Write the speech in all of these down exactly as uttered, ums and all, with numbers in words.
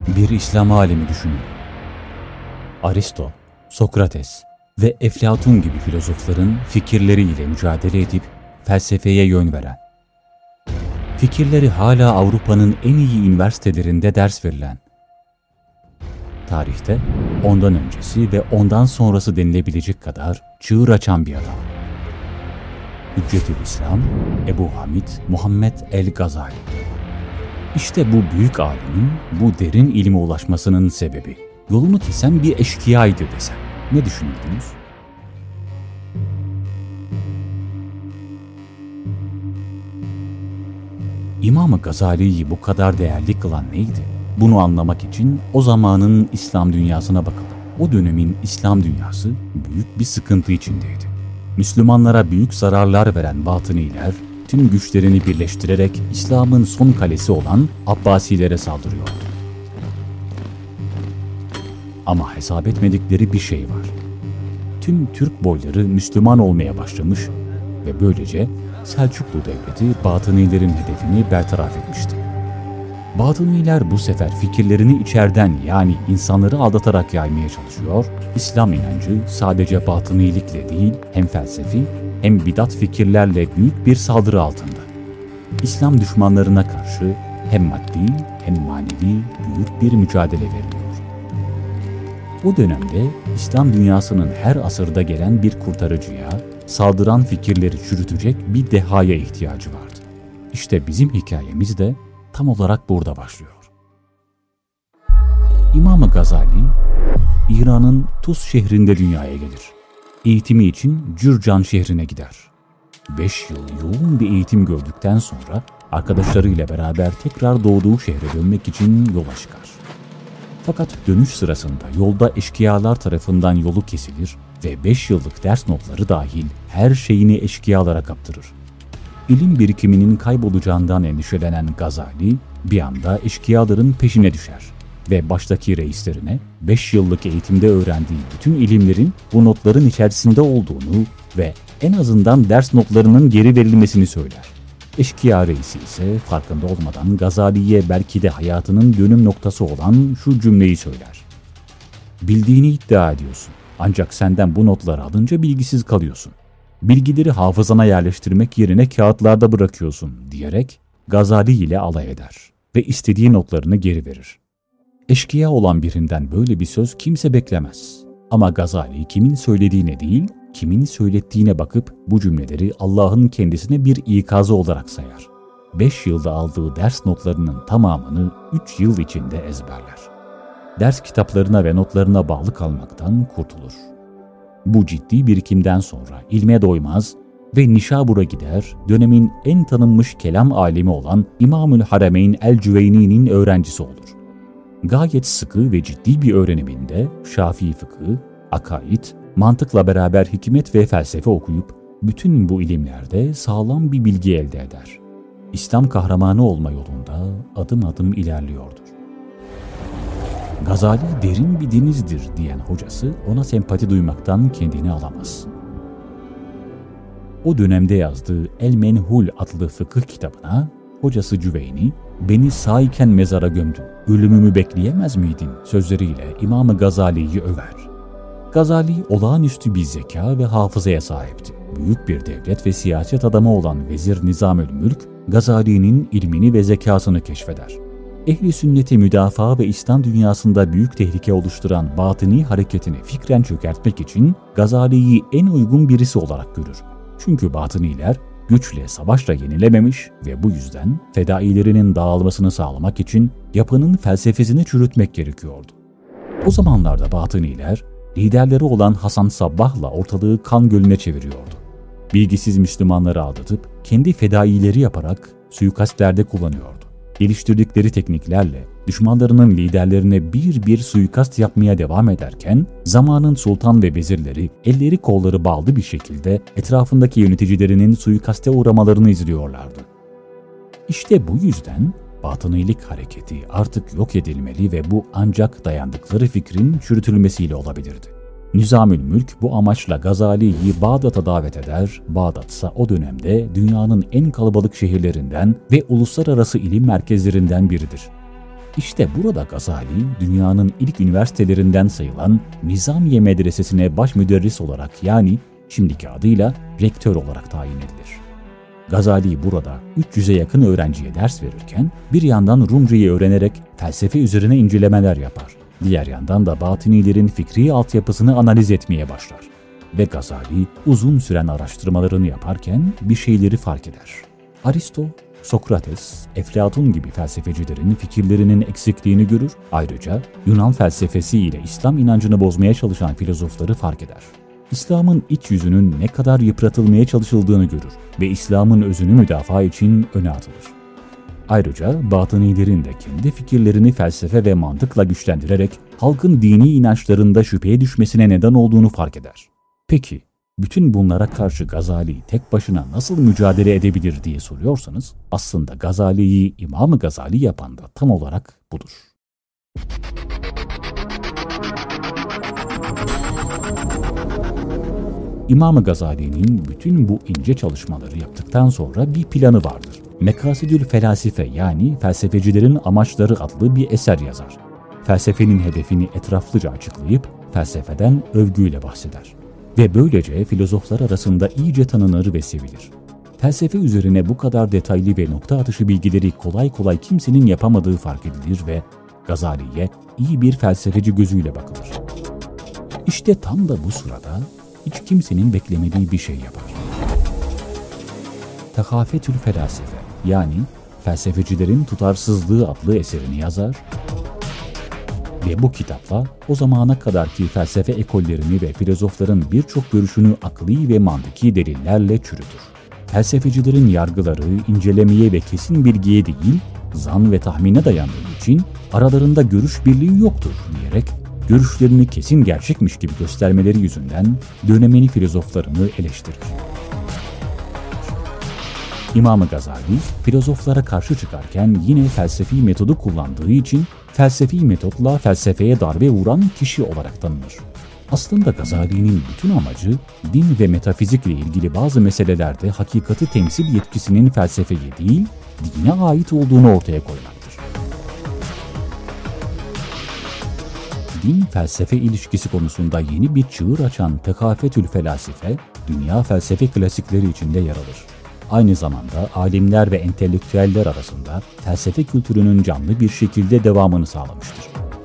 Bir İslam alemi düşünün. Aristo, Sokrates ve Eflatun gibi filozofların fikirleriyle mücadele edip felsefeye yön veren, fikirleri hala Avrupa'nın en iyi üniversitelerinde ders verilen, tarihte ondan öncesi ve ondan sonrası denilebilecek kadar çığır açan bir adam. Hüccetülislam Ebu Hamid Muhammed el-Gazali. İşte bu büyük alimin bu derin ilme ulaşmasının sebebi, yolunu kesen bir eşkıyaydı desem, ne düşünürdünüz? İmam-ı Gazali'yi bu kadar değerli kılan neydi? Bunu anlamak için o zamanın İslam dünyasına bakıldı. O dönemin İslam dünyası büyük bir sıkıntı içindeydi. Müslümanlara büyük zararlar veren batıniler, tüm güçlerini birleştirerek İslam'ın son kalesi olan Abbasilere saldırıyordu. Ama hesap etmedikleri bir şey var. Tüm Türk boyları Müslüman olmaya başlamış ve böylece Selçuklu Devleti batınilerin hedefini bertaraf etmişti. Batıniler bu sefer fikirlerini içeriden, yani insanları aldatarak yaymaya çalışıyor. İslam inancı sadece batınilikle değil, hem felsefi hem bidat fikirlerle büyük bir saldırı altında. İslam düşmanlarına karşı hem maddi hem manevi büyük bir mücadele veriliyor. O dönemde İslam dünyasının her asırda gelen bir kurtarıcıya, saldıran fikirleri çürütecek bir dehaya ihtiyacı vardı. İşte bizim hikayemiz de tam olarak burada başlıyor. İmam-ı Gazali, İran'ın Tuz şehrinde dünyaya gelir. Eğitimi için Cürcan şehrine gider. Beş yıl yoğun bir eğitim gördükten sonra arkadaşlarıyla beraber tekrar doğduğu şehre dönmek için yola çıkar. Fakat dönüş sırasında yolda eşkıyalar tarafından yolu kesilir ve beş yıllık ders notları dahil her şeyini eşkıyalara kaptırır. İlim birikiminin kaybolacağından endişelenen Gazali bir anda eşkıyaların peşine düşer ve baştaki reislerine beş yıllık eğitimde öğrendiği bütün ilimlerin bu notların içerisinde olduğunu ve en azından ders notlarının geri verilmesini söyler. Eşkıya reisi ise farkında olmadan Gazali'ye belki de hayatının dönüm noktası olan şu cümleyi söyler. Bildiğini iddia ediyorsun, ancak senden bu notları alınca bilgisiz kalıyorsun. Bilgileri hafızana yerleştirmek yerine kağıtlarda bırakıyorsun diyerek Gazali ile alay eder ve istediği notlarını geri verir. Eşkıya olan birinden böyle bir söz kimse beklemez. Ama Gazali kimin söylediğine değil, kimin söylettiğine bakıp bu cümleleri Allah'ın kendisine bir ikazı olarak sayar. Beş yılda aldığı ders notlarının tamamını üç yıl içinde ezberler. Ders kitaplarına ve notlarına bağlı kalmaktan kurtulur. Bu ciddi birikimden sonra ilme doymaz ve Nişabur'a gider, dönemin en tanınmış kelam alimi olan İmamül Harameyn el-Cüveyni'nin öğrencisi olur. Gayet sıkı ve ciddi bir öğreniminde Şafii fıkıhı, akaid, mantıkla beraber hikmet ve felsefe okuyup bütün bu ilimlerde sağlam bir bilgi elde eder. İslam kahramanı olma yolunda adım adım ilerliyordur. Gazali derin bir denizdir diyen hocası ona sempati duymaktan kendini alamaz. O dönemde yazdığı El-Menhul adlı fıkıh kitabına hocası Cüveyni, "Beni sağ iken mezara gömdün, ölümümü bekleyemez miydin?" sözleriyle İmam-ı Gazali'yi över. Gazali olağanüstü bir zeka ve hafızaya sahipti. Büyük bir devlet ve siyaset adamı olan Vezir Nizamülmülk, Gazali'nin ilmini ve zekasını keşfeder. Ehli sünneti müdafaa ve İslam dünyasında büyük tehlike oluşturan batıni hareketini fikren çökertmek için Gazali'yi en uygun birisi olarak görür. Çünkü batıniler güçle, savaşla yenilememiş ve bu yüzden fedailerinin dağılmasını sağlamak için yapının felsefesini çürütmek gerekiyordu. O zamanlarda batıniler liderleri olan Hasan Sabbah'la ortalığı kan gölüne çeviriyordu. Bilgisiz Müslümanları aldatıp kendi fedaileri yaparak suikastlerde kullanıyordu. Geliştirdikleri tekniklerle düşmanlarının liderlerine bir bir suikast yapmaya devam ederken zamanın sultan ve vezirleri elleri kolları bağlı bir şekilde etrafındaki yöneticilerinin suikaste uğramalarını izliyorlardı. İşte bu yüzden batınilik hareketi artık yok edilmeli ve bu ancak dayandıkları fikrin çürütülmesiyle olabilirdi. Nizamülmülk bu amaçla Gazali'yi Bağdat'a davet eder. Bağdat ise o dönemde dünyanın en kalabalık şehirlerinden ve uluslararası ilim merkezlerinden biridir. İşte burada Gazali, dünyanın ilk üniversitelerinden sayılan Nizamiye Medresesi'ne baş müderris olarak, yani şimdiki adıyla rektör olarak tayin edilir. Gazali burada üç yüze yakın öğrenciye ders verirken bir yandan Rumce'yi öğrenerek felsefe üzerine incelemeler yapar. Diğer yandan da Batınilerin fikri altyapısını analiz etmeye başlar. Ve Gazali uzun süren araştırmalarını yaparken bir şeyleri fark eder. Aristo, Sokrates, Eflatun gibi felsefecilerin fikirlerinin eksikliğini görür, ayrıca Yunan felsefesi ile İslam inancını bozmaya çalışan filozofları fark eder. İslam'ın iç yüzünün ne kadar yıpratılmaya çalışıldığını görür ve İslam'ın özünü müdafaa için öne atılır. Ayrıca Batınilerin de kendi fikirlerini felsefe ve mantıkla güçlendirerek halkın dini inançlarında şüpheye düşmesine neden olduğunu fark eder. Peki, bütün bunlara karşı Gazali tek başına nasıl mücadele edebilir diye soruyorsanız, aslında Gazali'yi İmam-ı Gazali yapan da tam olarak budur. İmam-ı Gazali'nin bütün bu ince çalışmaları yaptıktan sonra bir planı vardır. Mekasidül Felasife, yani Felsefecilerin Amaçları adlı bir eser yazar. Felsefenin hedefini etraflıca açıklayıp felsefeden övgüyle bahseder. Ve böylece filozoflar arasında iyice tanınır ve sevilir. Felsefe üzerine bu kadar detaylı ve nokta atışı bilgileri kolay kolay kimsenin yapamadığı fark edilir ve Gazali'ye iyi bir felsefeci gözüyle bakılır. İşte tam da bu sırada hiç kimsenin beklemediği bir şey yapar. Tehafetül Felasife, yani Felsefecilerin Tutarsızlığı adlı eserini yazar ve bu kitapla o zamana kadarki felsefe ekollerini ve filozofların birçok görüşünü akli ve mantıki delillerle çürütür. Felsefecilerin yargıları incelemeye ve kesin bilgiye değil, zan ve tahmine dayandığı için aralarında görüş birliği yoktur diyerek görüşlerini kesin gerçekmiş gibi göstermeleri yüzünden dönemin filozoflarını eleştirir. İmam-ı Gazali, filozoflara karşı çıkarken yine felsefi metodu kullandığı için felsefi metotla felsefeye darbe vuran kişi olarak tanınır. Aslında Gazali'nin bütün amacı, din ve metafizikle ilgili bazı meselelerde hakikati temsil yetkisinin felsefeye değil, dine ait olduğunu ortaya koymaktır. Din-felsefe ilişkisi konusunda yeni bir çığır açan Tehafetül Felasife, dünya felsefe klasikleri içinde yer alır. Aynı zamanda alimler ve entelektüeller arasında felsefe kültürünün canlı bir şekilde devamını sağlamıştır.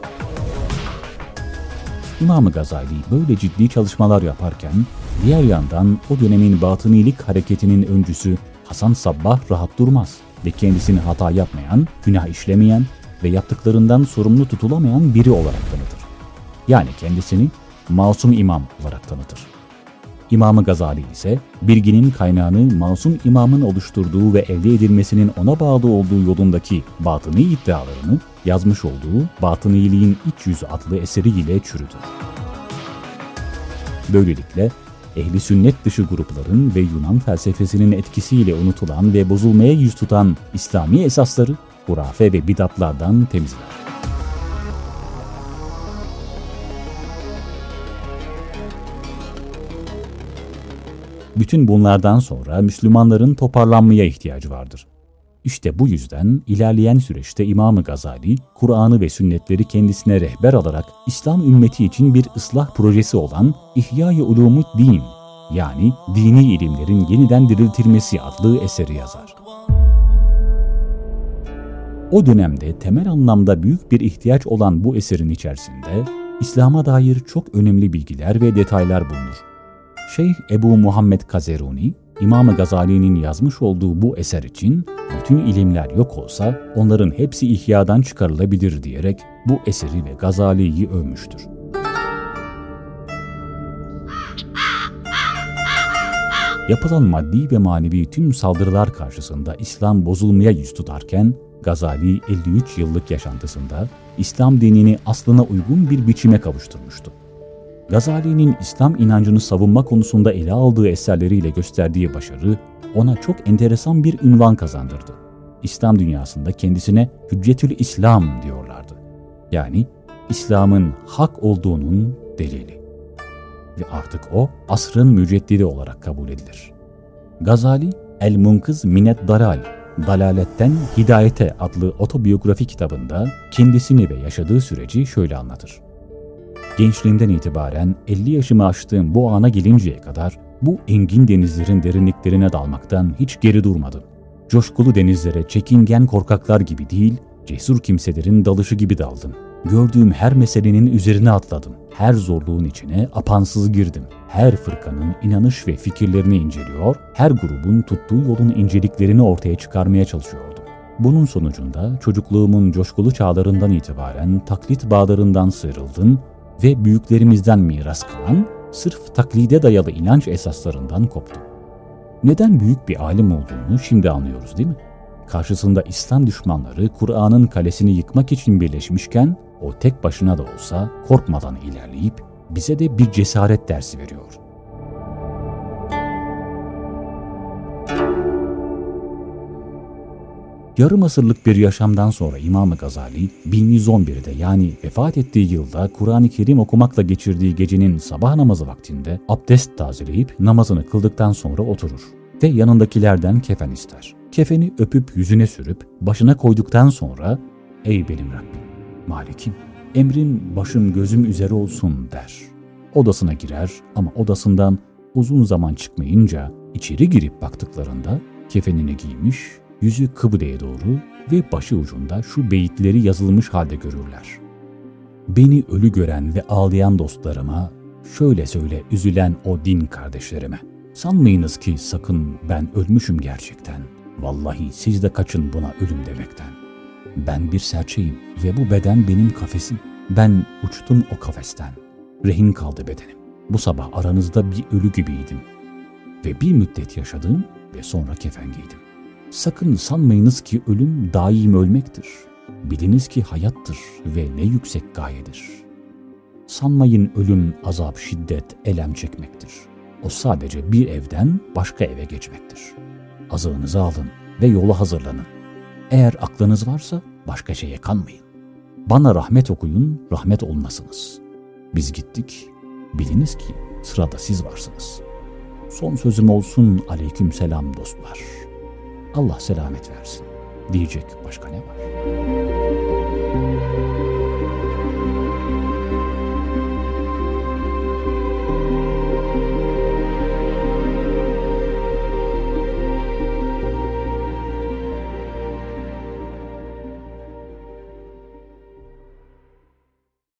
İmam-ı Gazali böyle ciddi çalışmalar yaparken, diğer yandan o dönemin batınilik hareketinin öncüsü Hasan Sabbah rahat durmaz ve kendisini hata yapmayan, günah işlemeyen ve yaptıklarından sorumlu tutulamayan biri olarak tanıtır. Yani kendisini masum imam olarak tanıtır. İmam-ı Gazali ise bilginin kaynağını masum imamın oluşturduğu ve elde edilmesinin ona bağlı olduğu yolundaki batıni iddialarını yazmış olduğu Batıniliğin İç Yüzü adlı eseriyle çürütür. Böylelikle ehli sünnet dışı grupların ve Yunan felsefesinin etkisiyle unutulan ve bozulmaya yüz tutan İslami esasları hurafe ve bidatlardan temizler. Bütün bunlardan sonra Müslümanların toparlanmaya ihtiyacı vardır. İşte bu yüzden ilerleyen süreçte İmam-ı Gazali, Kur'an'ı ve sünnetleri kendisine rehber alarak İslam ümmeti için bir ıslah projesi olan İhya-i Ulumu'd-Din, yani dini ilimlerin yeniden diriltilmesi adlı eseri yazar. O dönemde temel anlamda büyük bir ihtiyaç olan bu eserin içerisinde İslam'a dair çok önemli bilgiler ve detaylar bulunur. Şeyh Ebu Muhammed Kazeruni, İmam-ı Gazali'nin yazmış olduğu bu eser için bütün ilimler yok olsa onların hepsi ihyadan çıkarılabilir diyerek bu eseri ve Gazali'yi övmüştür. Yapılan maddi ve manevi tüm saldırılar karşısında İslam bozulmaya yüz tutarken Gazali elli üç yıllık yaşantısında İslam dinini aslına uygun bir biçime kavuşturmuştu. Gazali'nin İslam inancını savunma konusunda ele aldığı eserleriyle gösterdiği başarı ona çok enteresan bir ünvan kazandırdı. İslam dünyasında kendisine Hüccetül İslam diyorlardı. Yani İslam'ın hak olduğunun delili. Ve artık o asrın müceddidi olarak kabul edilir. Gazali, El-Munkız Minet Daral Dalaletten Hidayete adlı otobiyografi kitabında kendisini ve yaşadığı süreci şöyle anlatır. Gençliğimden itibaren elli yaşımı aştığım bu ana gelinceye kadar bu engin denizlerin derinliklerine dalmaktan hiç geri durmadım. Coşkulu denizlere çekingen korkaklar gibi değil, cesur kimselerin dalışı gibi daldım. Gördüğüm her meselenin üzerine atladım. Her zorluğun içine apansız girdim. Her fırkanın inanış ve fikirlerini inceliyor, her grubun tuttuğu yolun inceliklerini ortaya çıkarmaya çalışıyordum. Bunun sonucunda çocukluğumun coşkulu çağlarından itibaren taklit bağlarından sıyrıldım ve büyüklerimizden miras kalan, sırf taklide dayalı inanç esaslarından koptum. Neden büyük bir alim olduğunu şimdi anlıyoruz değil mi? Karşısında İslam düşmanları Kur'an'ın kalesini yıkmak için birleşmişken, o tek başına da olsa korkmadan ilerleyip bize de bir cesaret dersi veriyor. Yarım asırlık bir yaşamdan sonra İmam-ı Gazali bin yüz on birde yani vefat ettiği yılda Kur'an-ı Kerim okumakla geçirdiği gecenin sabah namazı vaktinde abdest tazeleyip namazını kıldıktan sonra oturur ve yanındakilerden kefen ister. Kefeni öpüp yüzüne sürüp başına koyduktan sonra "Ey benim Rabbim, Malikim, emrin başım gözüm üzere olsun" der. Odasına girer ama odasından uzun zaman çıkmayınca içeri girip baktıklarında kefenini giymiş, yüzü kıbleye doğru ve başı ucunda şu beyitleri yazılmış halde görürler. Beni ölü gören ve ağlayan dostlarıma, şöyle söyle üzülen o din kardeşlerime. Sanmayınız ki sakın ben ölmüşüm gerçekten. Vallahi siz de kaçın buna ölüm demekten. Ben bir serçeyim ve bu beden benim kafesim. Ben uçtum o kafesten. Rehin kaldı bedenim. Bu sabah aranızda bir ölü gibiydim. Ve bir müddet yaşadım ve sonra kefen giydim. Sakın sanmayınız ki ölüm daim ölmektir. Biliniz ki hayattır ve ne yüksek gayedir. Sanmayın ölüm azap, şiddet, elem çekmektir. O sadece bir evden başka eve geçmektir. Azığınızı alın ve yola hazırlanın. Eğer aklınız varsa başka şeye kanmayın. Bana rahmet okuyun, rahmet olmasınız. Biz gittik, biliniz ki sırada siz varsınız. Son sözüm olsun aleyküm selam dostlar. Allah selamet versin. Diyecek başka ne var?